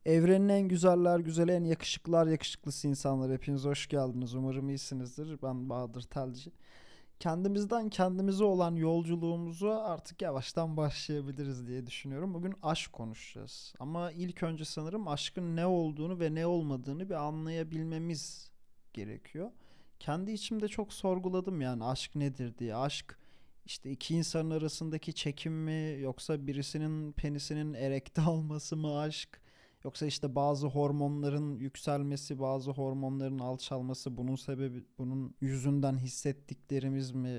Evrenin en güzeller güzeli, en yakışıklılar yakışıklısı insanlar. Hepiniz hoş geldiniz. Umarım iyisinizdir. Ben Bahadır Telci. Kendimizden kendimize olan yolculuğumuzu artık yavaştan başlayabiliriz diye düşünüyorum. Bugün aşk konuşacağız. Ama ilk önce sanırım aşkın ne olduğunu ve ne olmadığını bir anlayabilmemiz gerekiyor. Kendi içimde çok sorguladım yani aşk nedir diye. Aşk işte iki insanın arasındaki çekim mi yoksa birisinin penisinin erekte olması mı aşk? Yoksa işte bazı hormonların yükselmesi, bazı hormonların alçalması bunun sebebi bunun yüzünden hissettiklerimiz mi?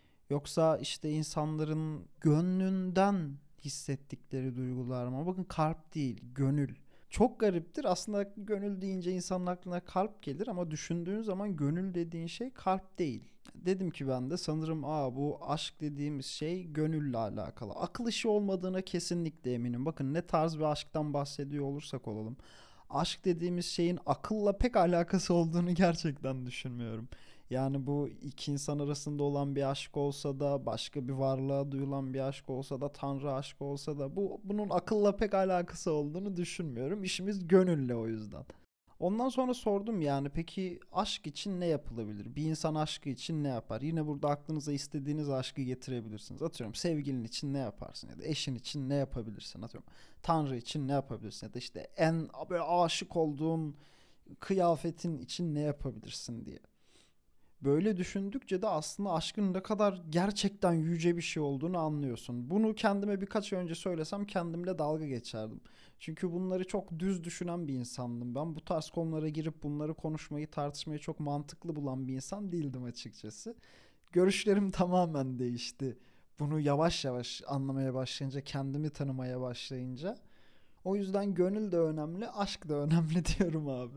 Yoksa işte insanların gönlünden hissettikleri duygular mı? Bakın kalp değil, gönül. Çok gariptir. Aslında gönül deyince insanın aklına kalp gelir ama düşündüğün zaman gönül dediğin şey kalp değil. Dedim ki ben de sanırım bu aşk dediğimiz şey gönülle alakalı. Akıl işi olmadığına kesinlikle eminim. Bakın ne tarz bir aşktan bahsediyor olursak olalım. Aşk dediğimiz şeyin akılla pek alakası olduğunu gerçekten düşünmüyorum. Yani bu iki insan arasında olan bir aşk olsa da, başka bir varlığa duyulan bir aşk olsa da, tanrı aşkı olsa da bunun akılla pek alakası olduğunu düşünmüyorum. İşimiz gönülle o yüzden. Ondan sonra sordum yani peki aşk için ne yapılabilir? Bir insan aşkı için ne yapar? Yine burada aklınıza istediğiniz aşkı getirebilirsiniz. Atıyorum sevgilin için ne yaparsın ya da eşin için ne yapabilirsin? Atıyorum tanrı için ne yapabilirsin ya da işte en böyle aşık olduğun kıyafetin için ne yapabilirsin diye. Böyle düşündükçe de aslında aşkın ne kadar gerçekten yüce bir şey olduğunu anlıyorsun. Bunu kendime birkaç ay önce söylesem kendimle dalga geçerdim. Çünkü bunları çok düz düşünen bir insandım. Ben bu tarz konulara girip bunları konuşmayı, tartışmayı çok mantıklı bulan bir insan değildim açıkçası. Görüşlerim tamamen değişti. Bunu yavaş yavaş anlamaya başlayınca, kendimi tanımaya başlayınca. O yüzden gönül de önemli, aşk da önemli diyorum abi.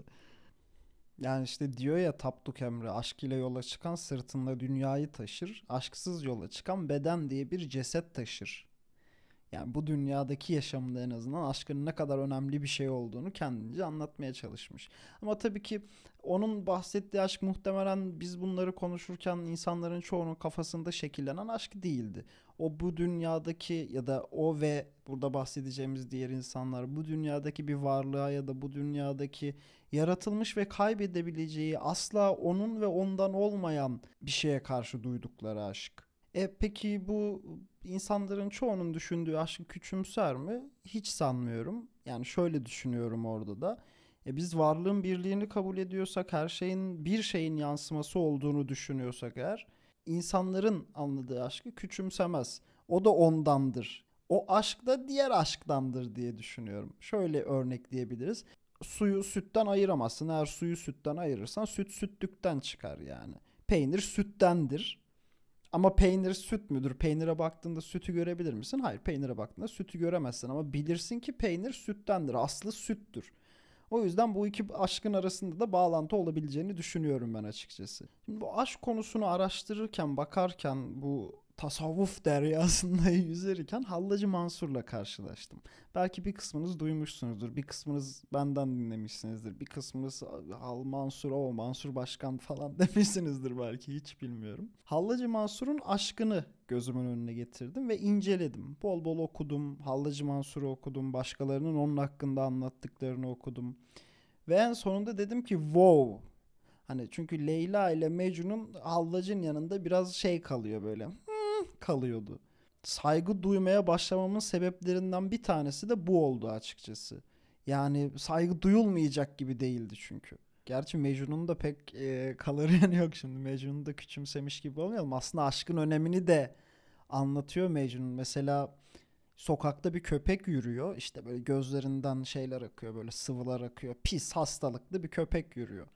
Yani işte diyor ya Tapduk Emre, aşk ile yola çıkan sırtında dünyayı taşır, aşksız yola çıkan beden diye bir ceset taşır. Yani bu dünyadaki yaşamında en azından aşkın ne kadar önemli bir şey olduğunu kendince anlatmaya çalışmış. Ama tabii ki onun bahsettiği aşk muhtemelen biz bunları konuşurken insanların çoğunun kafasında şekillenen aşk değildi. O bu dünyadaki ya da o ve burada bahsedeceğimiz diğer insanlar bu dünyadaki bir varlığa ya da bu dünyadaki yaratılmış ve kaybedebileceği asla onun ve ondan olmayan bir şeye karşı duydukları aşk. Peki bu insanların çoğunun düşündüğü aşkı küçümser mi? Hiç sanmıyorum. Yani şöyle düşünüyorum orada da. Biz varlığın birliğini kabul ediyorsak, her şeyin bir şeyin yansıması olduğunu düşünüyorsak eğer, insanların anladığı aşkı küçümsemez. O da ondandır. O aşk da diğer aşktandır diye düşünüyorum. Şöyle örnekleyebiliriz. Suyu sütten ayıramazsın. Eğer suyu sütten ayırırsan süt sütlükten çıkar yani. Peynir süttendir. Ama peynir süt müdür? Peynire baktığında sütü görebilir misin? Hayır, peynire baktığında sütü göremezsin ama bilirsin ki peynir süttendir. Aslı süttür. O yüzden bu iki aşkın arasında da bağlantı olabileceğini düşünüyorum ben açıkçası. Şimdi bu aşk konusunu araştırırken, bakarken bu tasavvuf deryasında yüzerken Hallacı Mansur'la karşılaştım. Belki bir kısmınız duymuşsunuzdur, bir kısmınız benden dinlemişsinizdir, bir kısmınız Hal Mansur, o Mansur Başkan falan demişsinizdir belki, hiç bilmiyorum. Hallacı Mansur'un aşkını gözümün önüne getirdim ve inceledim. Bol bol okudum, Hallacı Mansur'u okudum, başkalarının onun hakkında anlattıklarını okudum. Ve en sonunda dedim ki wow. Hani çünkü Leyla ile Mecnun Hallac'ın yanında biraz şey kalıyor böyle. Kalıyordu. Saygı duymaya başlamamın sebeplerinden bir tanesi de bu oldu açıkçası. Yani saygı duyulmayacak gibi değildi çünkü. Gerçi Mecnun'un da pek kaları yanı yok şimdi. Mecnun'u da küçümsemiş gibi olmayalım. Aslında aşkın önemini de anlatıyor Mecnun. Mesela sokakta bir köpek yürüyor. İşte böyle gözlerinden şeyler akıyor, böyle sıvılar akıyor. Pis, hastalıklı bir köpek yürüyor.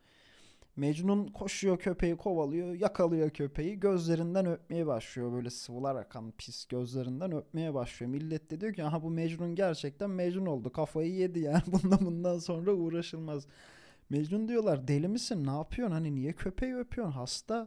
Mecnun koşuyor, köpeği kovalıyor, yakalıyor köpeği, gözlerinden öpmeye başlıyor, böyle sıvılar akan pis gözlerinden öpmeye başlıyor. Millet de diyor ki aha bu Mecnun gerçekten Mecnun oldu, kafayı yedi yani bundan sonra uğraşılmaz. Mecnun diyorlar deli misin, ne yapıyorsun, hani niye köpeği öpüyorsun, hasta.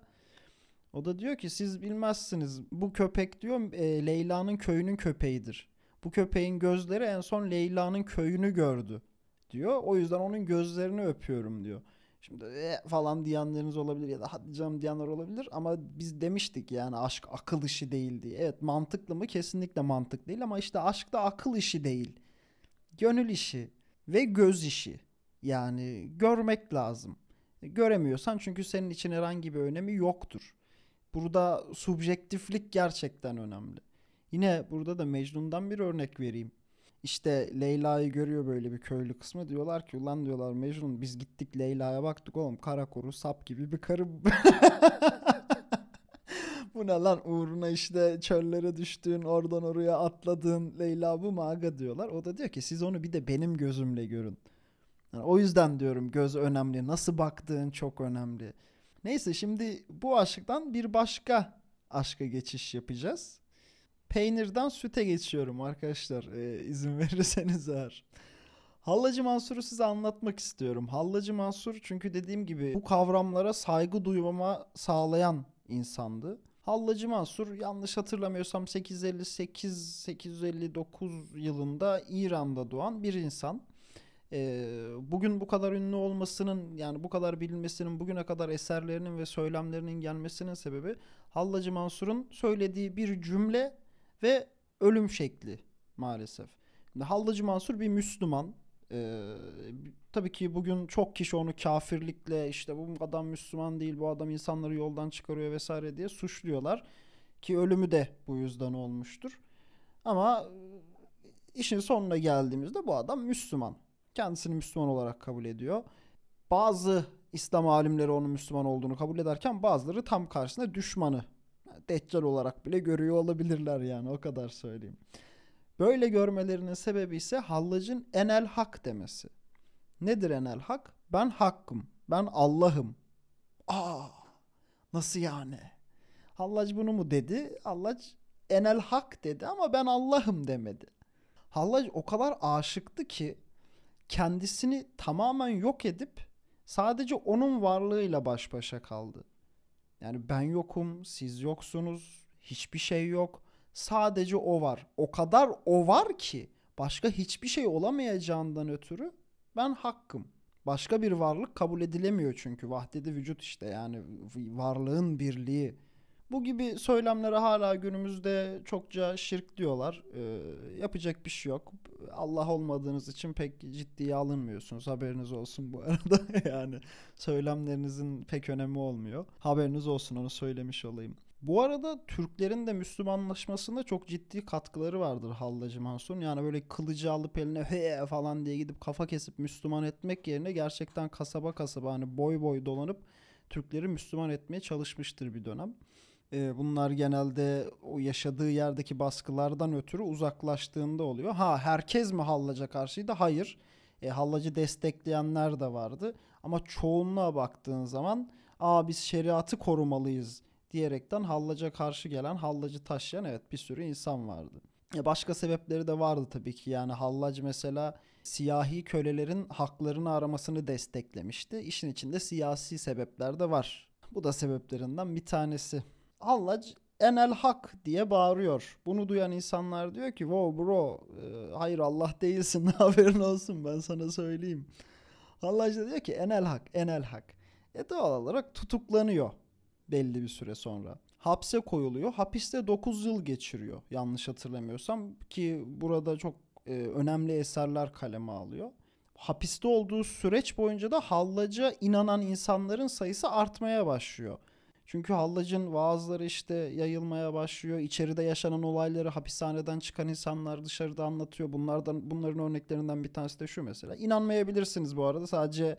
O da diyor ki siz bilmezsiniz, bu köpek diyor Leyla'nın köyünün köpeğidir. Bu köpeğin gözleri en son Leyla'nın köyünü gördü diyor. O yüzden onun gözlerini öpüyorum diyor. Şimdi falan diyenleriniz olabilir ya da hadi canım diyenler olabilir ama biz demiştik yani aşk akıl işi değil diye. Evet, mantıklı mı? Kesinlikle mantık değil ama işte aşk da akıl işi değil. Gönül işi. ve göz işi. Yani görmek lazım. Göremiyorsan çünkü senin için herhangi bir önemi yoktur. Burada subjektiflik gerçekten önemli. Yine burada da Mecnun'dan bir örnek vereyim. İşte Leyla'yı görüyor böyle bir köylü kısmı. Diyorlar ki ulan diyorlar Mecnun biz gittik Leyla'ya baktık oğlum kara kuru sap gibi bir karı. Bu ne lan uğruna işte çöllere düştün oradan oraya atladın Leyla bu mu aga diyorlar. O da diyor ki siz onu bir de benim gözümle görün. Yani o yüzden diyorum göz önemli. Nasıl baktığın çok önemli. Neyse şimdi bu aşktan bir başka aşka geçiş yapacağız. Peynirden süte geçiyorum arkadaşlar. İzin verirseniz eğer. Hallacı Mansur'u size anlatmak istiyorum. Hallacı Mansur çünkü dediğim gibi bu kavramlara saygı duymama sağlayan insandı. Hallacı Mansur yanlış hatırlamıyorsam 858-859 yılında İran'da doğan bir insan. Bugün bu kadar ünlü olmasının yani bu kadar bilinmesinin bugüne kadar eserlerinin ve söylemlerinin gelmesinin sebebi Hallacı Mansur'un söylediği bir cümle ve ölüm şekli maalesef. Şimdi Hallacı Mansur bir Müslüman. Ee, tabii ki bugün çok kişi onu kafirlikle işte bu adam Müslüman değil bu adam insanları yoldan çıkarıyor vesaire diye suçluyorlar. Ki ölümü de bu yüzden olmuştur. Ama işin sonuna geldiğimizde bu adam Müslüman. Kendisini Müslüman olarak kabul ediyor. Bazı İslam alimleri onun Müslüman olduğunu kabul ederken bazıları tam karşısında düşmanı. Deccal olarak bile görüyor olabilirler yani o kadar söyleyeyim. Böyle görmelerinin sebebi ise Hallac'ın enel hak demesi. Nedir enel hak? Ben hakkım. Ben Allah'ım. Aa, nasıl yani? Hallac bunu mu dedi? Hallac enel hak dedi ama ben Allah'ım demedi. Hallac o kadar aşıktı ki kendisini tamamen yok edip sadece onun varlığıyla baş başa kaldı. Yani ben yokum, siz yoksunuz, hiçbir şey yok. Sadece o var. O kadar o var ki başka hiçbir şey olamayacağından ötürü ben hakkım. Başka bir varlık kabul edilemiyor çünkü vahdedi vücut işte yani varlığın birliği. Bu gibi söylemlere hala günümüzde çokça şirk diyorlar. Yapacak bir şey yok. Allah olmadığınız için pek ciddiye alınmıyorsunuz. Haberiniz olsun bu arada. Yani söylemlerinizin pek önemi olmuyor. Haberiniz olsun onu söylemiş olayım. Bu arada Türklerin de Müslümanlaşmasında çok ciddi katkıları vardır Hallacı Mansur'un. Yani böyle kılıcı alıp eline he falan diye gidip kafa kesip Müslüman etmek yerine gerçekten kasaba kasaba hani boy boy dolanıp Türkleri Müslüman etmeye çalışmıştır bir dönem. Bunlar genelde o yaşadığı yerdeki baskılardan ötürü uzaklaştığında oluyor. Ha herkes mi Hallac'a karşıydı? Hayır. Hallac'ı destekleyenler de vardı. Ama çoğunluğa baktığın zaman biz şeriatı korumalıyız diyerekten Hallac'a karşı gelen, Hallac'ı taşıyan evet bir sürü insan vardı. Başka sebepleri de vardı tabii ki. Yani Hallac mesela siyahi kölelerin haklarını aramasını desteklemişti. İşin içinde siyasi sebepler de var. Bu da sebeplerinden bir tanesi. Hallac enel hak diye bağırıyor. Bunu duyan insanlar diyor ki wow bro hayır Allah değilsin haberin olsun ben sana söyleyeyim. Hallac da diyor ki enel hak enel hak. Doğal olarak tutuklanıyor belli bir süre sonra. Hapse koyuluyor. Hapiste 9 yıl geçiriyor yanlış hatırlamıyorsam ki burada çok önemli eserler kaleme alıyor. Hapiste olduğu süreç boyunca da Hallac'a inanan insanların sayısı artmaya başlıyor. Çünkü Hallac'ın vaazları işte yayılmaya başlıyor. İçeride yaşanan olayları hapishaneden çıkan insanlar dışarıda anlatıyor. Bunların örneklerinden bir tanesi de şu mesela. İnanmayabilirsiniz bu arada sadece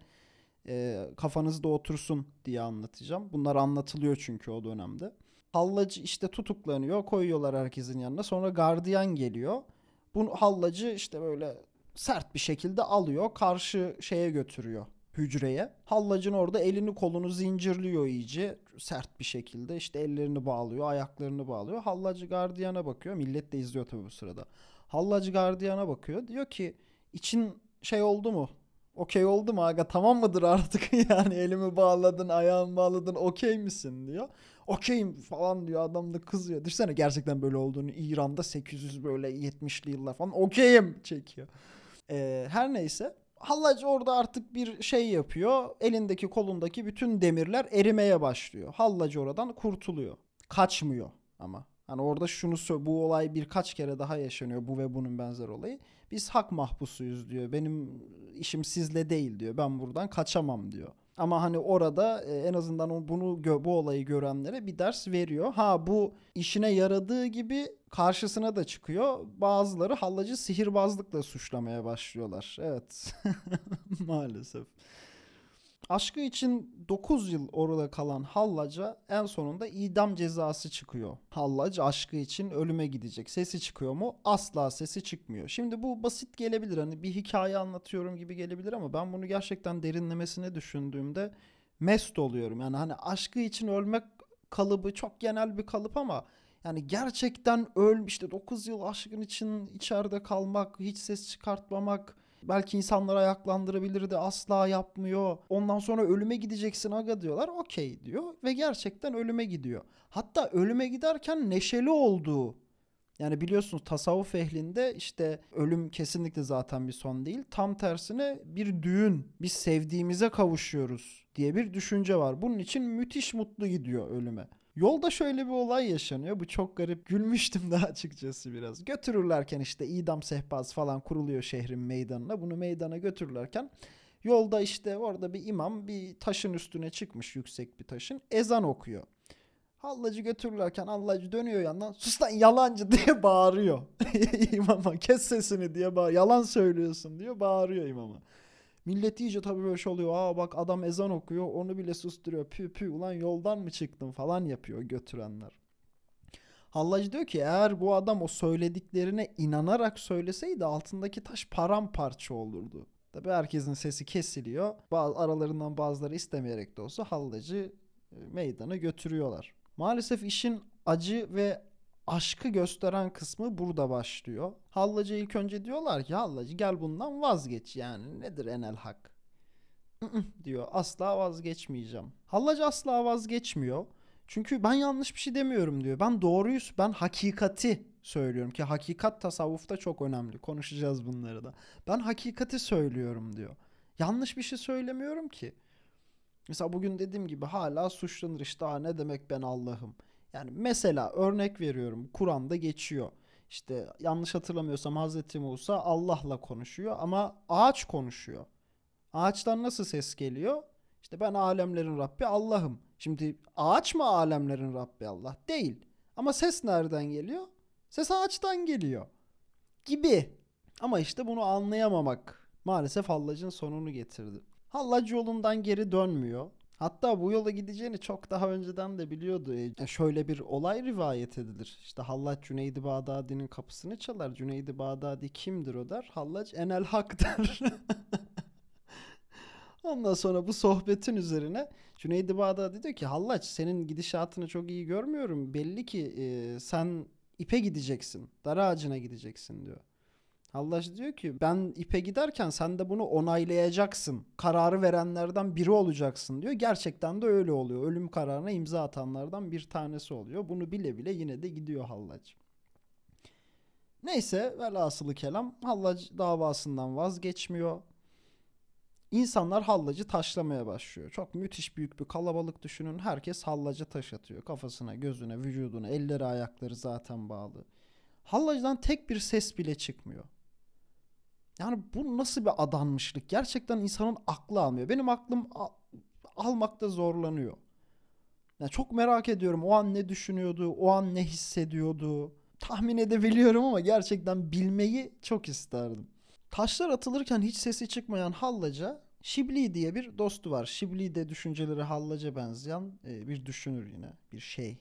kafanızda otursun diye anlatacağım. Bunlar anlatılıyor çünkü o dönemde. Hallac işte tutuklanıyor, koyuyorlar herkesin yanına. Sonra gardiyan geliyor. Bu Hallac'ı işte böyle sert bir şekilde alıyor, karşı şeye götürüyor hücreye. Hallacın orada elini kolunu zincirliyor iyice sert bir şekilde. İşte ellerini bağlıyor, ayaklarını bağlıyor. Hallacı gardiyana bakıyor. Millet de izliyor tabii bu sırada. Hallacı gardiyana bakıyor. Diyor ki için şey oldu mu? Okey oldu mu aga tamam mıdır artık yani elimi bağladın ayağımı bağladın okey misin diyor. Okeyim falan diyor adam da kızıyor. Düşünsene gerçekten böyle olduğunu İran'da 800 böyle 70'li yıllar falan okeyim çekiyor. Her neyse Hallac orada artık bir şey yapıyor. Elindeki kolundaki bütün demirler erimeye başlıyor. Hallac oradan kurtuluyor. Kaçmıyor ama. Hani orada bu olay birkaç kere daha yaşanıyor, bu ve bunun benzer olayı. Biz hak mahpusuyuz diyor. Benim işim sizle değil diyor. Ben buradan kaçamam diyor. Ama hani orada en azından bu olayı görenlere bir ders veriyor. Ha, bu işine yaradığı gibi karşısına da çıkıyor. Bazıları Hallacı sihirbazlıkla suçlamaya başlıyorlar. Evet. Maalesef. Aşkı için 9 yıl orada kalan Hallaca en sonunda idam cezası çıkıyor. Hallac aşkı için ölüme gidecek. Sesi çıkıyor mu? Asla sesi çıkmıyor. Şimdi bu basit gelebilir. Hani bir hikaye anlatıyorum gibi gelebilir ama ben bunu gerçekten derinlemesine düşündüğümde mest oluyorum. Yani hani aşkı için ölmek kalıbı çok genel bir kalıp ama yani gerçekten işte 9 yıl aşkın için içeride kalmak, hiç ses çıkartmamak, belki insanları ayaklandırabilir de asla yapmıyor. Ondan sonra ölüme gideceksin aga diyorlar. Okey diyor ve gerçekten ölüme gidiyor. Hatta ölüme giderken neşeli olduğu. Yani biliyorsunuz tasavvuf ehlinde işte ölüm kesinlikle zaten bir son değil. Tam tersine bir düğün. Biz sevdiğimize kavuşuyoruz diye bir düşünce var. Bunun için müthiş mutlu gidiyor ölüme. Yolda şöyle bir olay yaşanıyor. Bu çok garip. Gülmüştüm de açıkçası biraz. Götürürlerken işte idam sehpası falan kuruluyor şehrin meydanına. Bunu meydana götürürlerken yolda işte orada bir imam bir taşın üstüne çıkmış, yüksek bir taşın. Ezan okuyor. Hallacı götürürlerken Hallacı dönüyor yandan, sus lan yalancı diye bağırıyor. İmama kes sesini diye yalan söylüyorsun diyor, bağırıyor imama. Millet iyice tabii böyle şey oluyor. Aa bak adam ezan okuyor, onu bile susturuyor. Pü pü ulan yoldan mı çıktın falan yapıyor götürenler. Hallacı diyor ki eğer bu adam o söylediklerine inanarak söyleseydi altındaki taş paramparça olurdu. Tabii herkesin sesi kesiliyor. Aralarından bazıları istemeyerek de olsa Hallacı meydana götürüyorlar. Maalesef işin acı ve aşkı gösteren kısmı burada başlıyor. Hallacı ilk önce diyorlar ki Hallacı gel bundan vazgeç, yani nedir enel hak? Diyor, asla vazgeçmeyeceğim. Hallacı asla vazgeçmiyor. Çünkü ben yanlış bir şey demiyorum diyor. Ben hakikati söylüyorum ki hakikat tasavvufta çok önemli. Konuşacağız bunları da. Ben hakikati söylüyorum diyor. Yanlış bir şey söylemiyorum ki. Mesela bugün dediğim gibi hala suçlanır işte, ne demek ben Allah'ım. Yani mesela örnek veriyorum, Kur'an'da geçiyor. İşte yanlış hatırlamıyorsam Hazreti Musa Allah'la konuşuyor ama ağaç konuşuyor. Ağaçtan nasıl ses geliyor? İşte ben alemlerin Rabbi Allah'ım. Şimdi ağaç mı alemlerin Rabbi Allah? Değil. Ama ses nereden geliyor? Ses ağaçtan geliyor. Gibi. Ama işte bunu anlayamamak maalesef Hallac'ın sonunu getirdi. Hallac yolundan geri dönmüyor. Hatta bu yola gideceğini çok daha önceden de biliyordu. Şöyle bir olay rivayet edilir. İşte Hallac Cüneyd-i Bağdadi'nin kapısını çalar. Cüneyd-i Bağdadi kimdir o der. Hallac enel hak der. Ondan sonra bu sohbetin üzerine Cüneyd-i Bağdadi diyor ki Hallac senin gidişatını çok iyi görmüyorum. Belli ki sen ipe gideceksin. Dar ağacına gideceksin diyor. Hallaç diyor ki ben ipe giderken sen de bunu onaylayacaksın. Kararı verenlerden biri olacaksın diyor. Gerçekten de öyle oluyor. Ölüm kararına imza atanlardan bir tanesi oluyor. Bunu bile bile yine de gidiyor Hallaç. Neyse velhasılı kelam Hallaç davasından vazgeçmiyor. İnsanlar Hallacı taşlamaya başlıyor. Çok müthiş büyük bir kalabalık düşünün. Herkes Hallacı taş atıyor. Kafasına, gözüne, vücuduna, elleri ayakları zaten bağlı. Hallacı'dan tek bir ses bile çıkmıyor. Yani bu nasıl bir adanmışlık? Gerçekten insanın aklı almıyor. Benim aklım almakta zorlanıyor. Yani çok merak ediyorum o an ne düşünüyordu, o an ne hissediyordu. Tahmin edebiliyorum ama gerçekten bilmeyi çok isterdim. Taşlar atılırken hiç sesi çıkmayan Hallaca, Şibli diye bir dostu var. Şibli de düşünceleri Hallaca benzeyen bir düşünür, yine bir şey.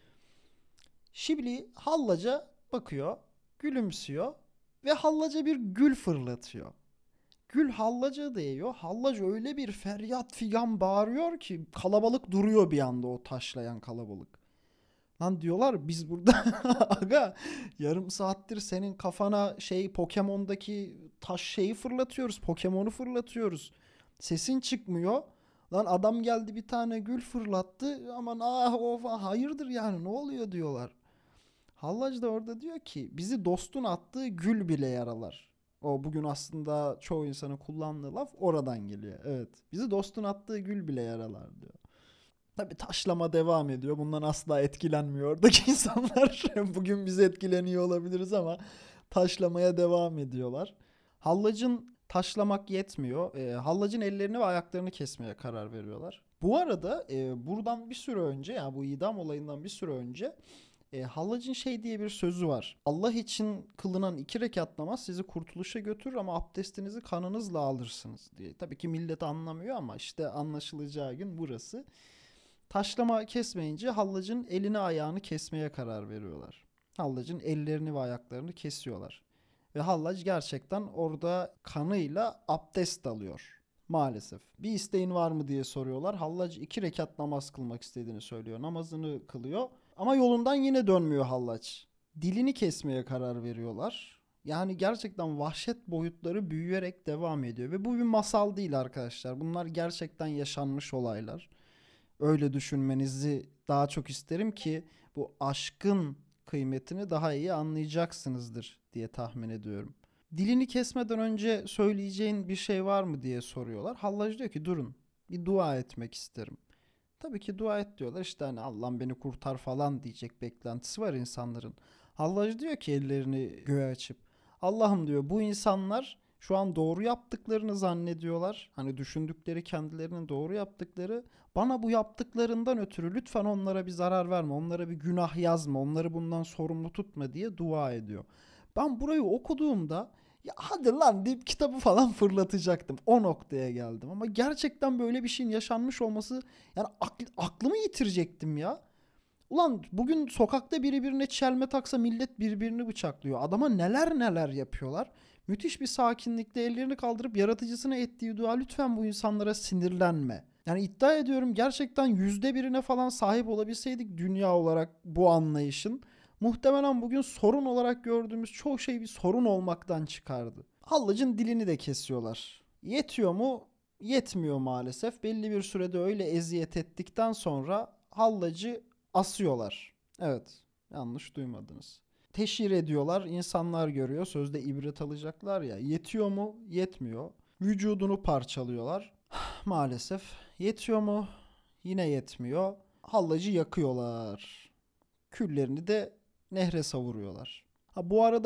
Şibli Hallaca bakıyor, gülümsüyor ve Hallaca bir gül fırlatıyor. Gül Hallaca değiyor. Hallaca öyle bir feryat figan bağırıyor ki kalabalık duruyor bir anda, o taşlayan kalabalık. Lan diyorlar biz burada aga yarım saattir senin kafana Pokemon'daki taş şeyi fırlatıyoruz. Pokemon'u fırlatıyoruz. Sesin çıkmıyor. Lan adam geldi bir tane gül fırlattı. Aman of hayırdır yani, ne oluyor diyorlar. Hallacı da orada diyor ki bizi dostun attığı gül bile yaralar. O bugün aslında çoğu insanın kullandığı laf oradan geliyor. Evet. Bizi dostun attığı gül bile yaralar diyor. Tabii taşlama devam ediyor. Bundan asla etkilenmiyor oradaki insanlar. Bugün biz etkileniyor olabiliriz ama taşlamaya devam ediyorlar. Hallacın taşlamak yetmiyor. Hallacın ellerini ve ayaklarını kesmeye karar veriyorlar. Bu arada buradan bir süre önce, yani bu idam olayından bir süre önce Hallacın şey diye bir sözü var. Allah için kılınan 2 rekat namaz sizi kurtuluşa götürür ama abdestinizi kanınızla alırsınız diye. Tabii ki millet anlamıyor ama işte anlaşılacağı gün burası. Taşlama kesmeyince Hallacın elini ayağını kesmeye karar veriyorlar. Hallacın ellerini ve ayaklarını kesiyorlar. Ve Hallac gerçekten orada kanıyla abdest alıyor. Maalesef. Bir isteğin var mı diye soruyorlar. Hallac 2 rekat namaz kılmak istediğini söylüyor. Namazını kılıyor. Ama yolundan yine dönmüyor Hallac. Dilini kesmeye karar veriyorlar. Yani gerçekten vahşet boyutları büyüyerek devam ediyor. Ve bu bir masal değil arkadaşlar. Bunlar gerçekten yaşanmış olaylar. Öyle düşünmenizi daha çok isterim ki bu aşkın kıymetini daha iyi anlayacaksınızdır diye tahmin ediyorum. Dilini kesmeden önce söyleyeceğin bir şey var mı diye soruyorlar. Hallaj diyor ki durun, bir dua etmek isterim. Tabii ki dua et diyorlar. İşte hani Allah'ım beni kurtar falan diyecek beklentisi var insanların. Hallaj diyor ki ellerini göğe açıp Allah'ım diyor bu insanlar şu an doğru yaptıklarını zannediyorlar. Hani düşündükleri kendilerinin doğru yaptıkları. Bana bu yaptıklarından ötürü lütfen onlara bir zarar verme. Onlara bir günah yazma. Onları bundan sorumlu tutma diye dua ediyor. Ben burayı okuduğumda ya hadi lan deyip kitabı falan fırlatacaktım. O noktaya geldim. Ama gerçekten böyle bir şeyin yaşanmış olması yani aklımı yitirecektim ya. Ulan bugün sokakta biri birine çelme taksa millet birbirini bıçaklıyor. Adama neler neler yapıyorlar. Müthiş bir sakinlikle ellerini kaldırıp yaratıcısına ettiği dua lütfen bu insanlara sinirlenme. Yani iddia ediyorum gerçekten %1'ine falan sahip olabilseydik dünya olarak bu anlayışın muhtemelen bugün sorun olarak gördüğümüz çoğu şey bir sorun olmaktan çıkardı. Hallacın dilini de kesiyorlar. Yetiyor mu? Yetmiyor maalesef. Belli bir sürede öyle eziyet ettikten sonra Hallacı asıyorlar. Evet, yanlış duymadınız. Teşhir ediyorlar, insanlar görüyor, sözde ibret alacaklar ya. Yetiyor mu? Yetmiyor. Vücudunu parçalıyorlar. Maalesef. Yetiyor mu? Yine yetmiyor. Hallacı yakıyorlar. Küllerini de nehre savuruyorlar. Ha, bu arada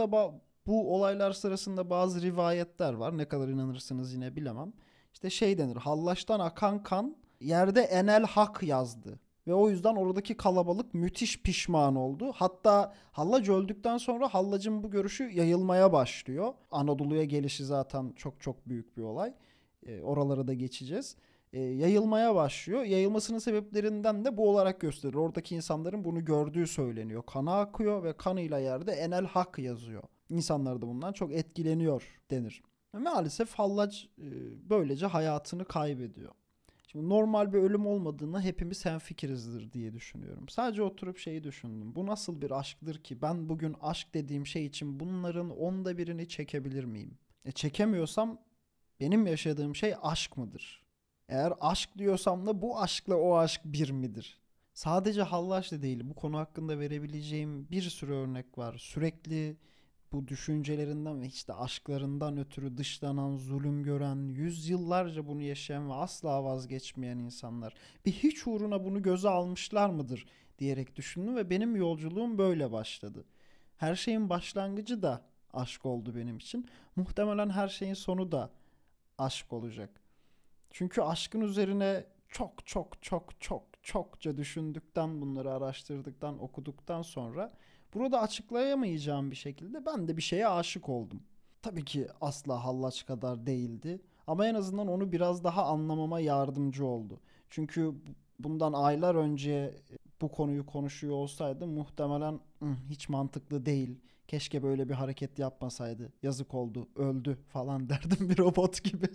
bu olaylar sırasında bazı rivayetler var. Ne kadar inanırsınız yine bilemem. İşte şey denir. Hallaçtan akan kan yerde enel hak yazdı. Ve o yüzden oradaki kalabalık müthiş pişman oldu. Hatta Hallac öldükten sonra Hallac'ın bu görüşü yayılmaya başlıyor. Anadolu'ya gelişi zaten çok çok büyük bir olay. Oralara da geçeceğiz. Yayılmaya başlıyor. Yayılmasının sebeplerinden de bu olarak gösterir. Oradaki insanların bunu gördüğü söyleniyor. Kanı akıyor ve kanıyla yerde enel hak yazıyor. İnsanlar da bundan çok etkileniyor denir. Maalesef Hallac böylece hayatını kaybediyor. Şimdi normal bir ölüm olmadığına hepimiz hemfikirizdir diye düşünüyorum. Sadece oturup şeyi düşündüm. Bu nasıl bir aşktır ki ben bugün aşk dediğim şey için bunların 1/10'ını çekebilir miyim? Çekemiyorsam benim yaşadığım şey aşk mıdır? Eğer aşk diyorsam da bu aşkla o aşk bir midir? Sadece Hallaç da değil. Bu konu hakkında verebileceğim bir sürü örnek var. Sürekli bu düşüncelerinden ve işte aşklarından ötürü dışlanan, zulüm gören, yüzyıllarca bunu yaşayan ve asla vazgeçmeyen insanlar bir hiç uğruna bunu göze almışlar mıdır diyerek düşündüm ve benim yolculuğum böyle başladı. Her şeyin başlangıcı da aşk oldu benim için. Muhtemelen her şeyin sonu da aşk olacak. Çünkü aşkın üzerine çok çok çok çok çokça düşündükten, bunları araştırdıktan, okuduktan sonra burada açıklayamayacağım bir şekilde ben de bir şeye aşık oldum. Tabii ki asla Hallaç kadar değildi ama en azından onu biraz daha anlamama yardımcı oldu. Çünkü bundan aylar önce bu konuyu konuşuyor olsaydım muhtemelen hiç mantıklı değil. Keşke böyle bir hareket yapmasaydı. Yazık oldu, öldü falan derdim bir robot gibi.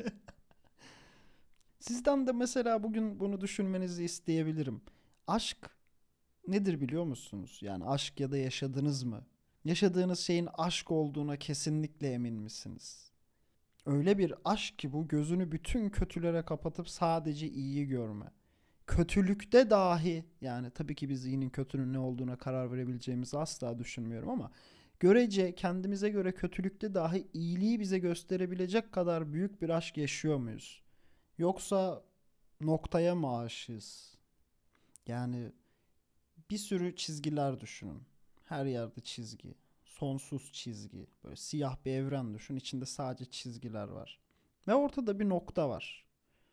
Sizden de mesela bugün bunu düşünmenizi isteyebilirim. Aşk nedir biliyor musunuz? Yani aşk ya da yaşadınız mı? Yaşadığınız şeyin aşk olduğuna kesinlikle emin misiniz? Öyle bir aşk ki bu gözünü bütün kötülere kapatıp sadece iyiyi görme. Kötülükte dahi yani tabii ki biz iyinin kötünün ne olduğuna karar verebileceğimizi asla düşünmüyorum ama görece kendimize göre kötülükte dahi iyiliği bize gösterebilecek kadar büyük bir aşk yaşıyor muyuz? Yoksa noktaya mı aşığız? Yani bir sürü çizgiler düşünün. Her yerde çizgi. Sonsuz çizgi. Böyle siyah bir evren düşün. İçinde sadece çizgiler var. Ve ortada bir nokta var.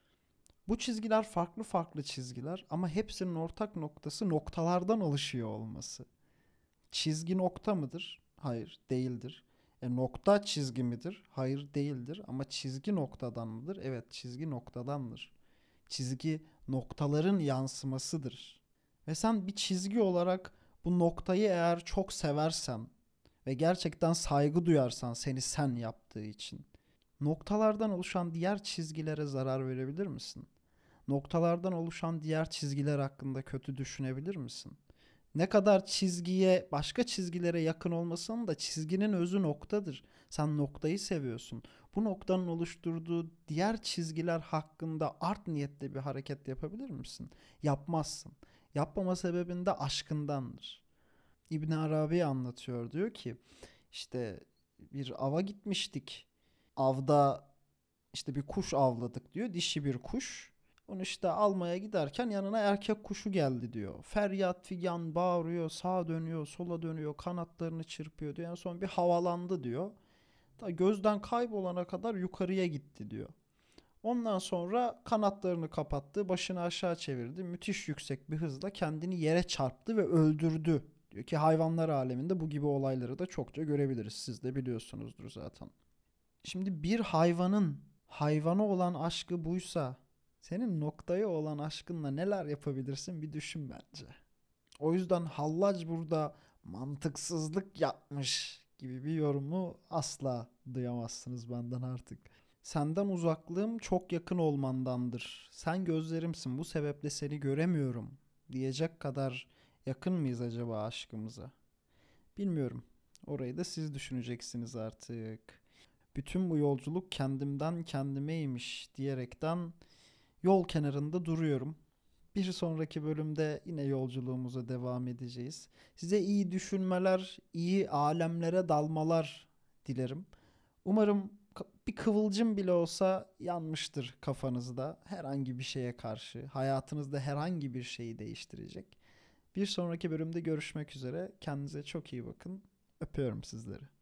Bu çizgiler farklı farklı çizgiler ama hepsinin ortak noktası noktalardan oluşuyor olması. Çizgi nokta mıdır? Hayır, değildir. Nokta çizgi midir? Hayır, değildir. Ama çizgi noktadan mıdır? Evet, çizgi noktadandır. Çizgi noktaların yansımasıdır. Ve sen bir çizgi olarak bu noktayı eğer çok seversen ve gerçekten saygı duyarsan seni sen yaptığı için noktalardan oluşan diğer çizgilere zarar verebilir misin? Noktalardan oluşan diğer çizgiler hakkında kötü düşünebilir misin? Ne kadar çizgiye, başka çizgilere yakın olmasan da çizginin özü noktadır. Sen noktayı seviyorsun. Bu noktanın oluşturduğu diğer çizgiler hakkında art niyetle bir hareket yapabilir misin? Yapmazsın. Yapmama sebebin de aşkındandır. İbn Arabi anlatıyor, diyor ki işte bir ava gitmiştik. Avda işte bir kuş avladık diyor. Dişi bir kuş. Onu işte almaya giderken yanına erkek kuşu geldi diyor. Feryat figan bağırıyor, sağa dönüyor, sola dönüyor, kanatlarını çırpıyor diyor. En son bir havalandı diyor. Ta gözden kaybolana kadar yukarıya gitti diyor. Ondan sonra kanatlarını kapattı, başını aşağı çevirdi. Müthiş yüksek bir hızla kendini yere çarptı ve öldürdü. Diyor ki hayvanlar aleminde bu gibi olayları da çokça görebiliriz. Siz de biliyorsunuzdur zaten. Şimdi bir hayvanın hayvana olan aşkı buysa senin noktaya olan aşkınla neler yapabilirsin bir düşün bence. O yüzden Hallac burada mantıksızlık yapmış gibi bir yorumu asla duyamazsınız benden artık. Senden uzaklığım çok yakın olmandandır. Sen gözlerimsin, bu sebeple seni göremiyorum diyecek kadar yakın mıyız acaba aşkımıza? Bilmiyorum. Orayı da siz düşüneceksiniz artık. Bütün bu yolculuk kendimden kendimeymiş diyerekten yol kenarında duruyorum. Bir sonraki bölümde yine yolculuğumuza devam edeceğiz. Size iyi düşünmeler, iyi alemlere dalmalar dilerim. Umarım bir kıvılcım bile olsa yanmıştır kafanızda herhangi bir şeye karşı. Hayatınızda herhangi bir şeyi değiştirecek. Bir sonraki bölümde görüşmek üzere. Kendinize çok iyi bakın. Öpüyorum sizleri.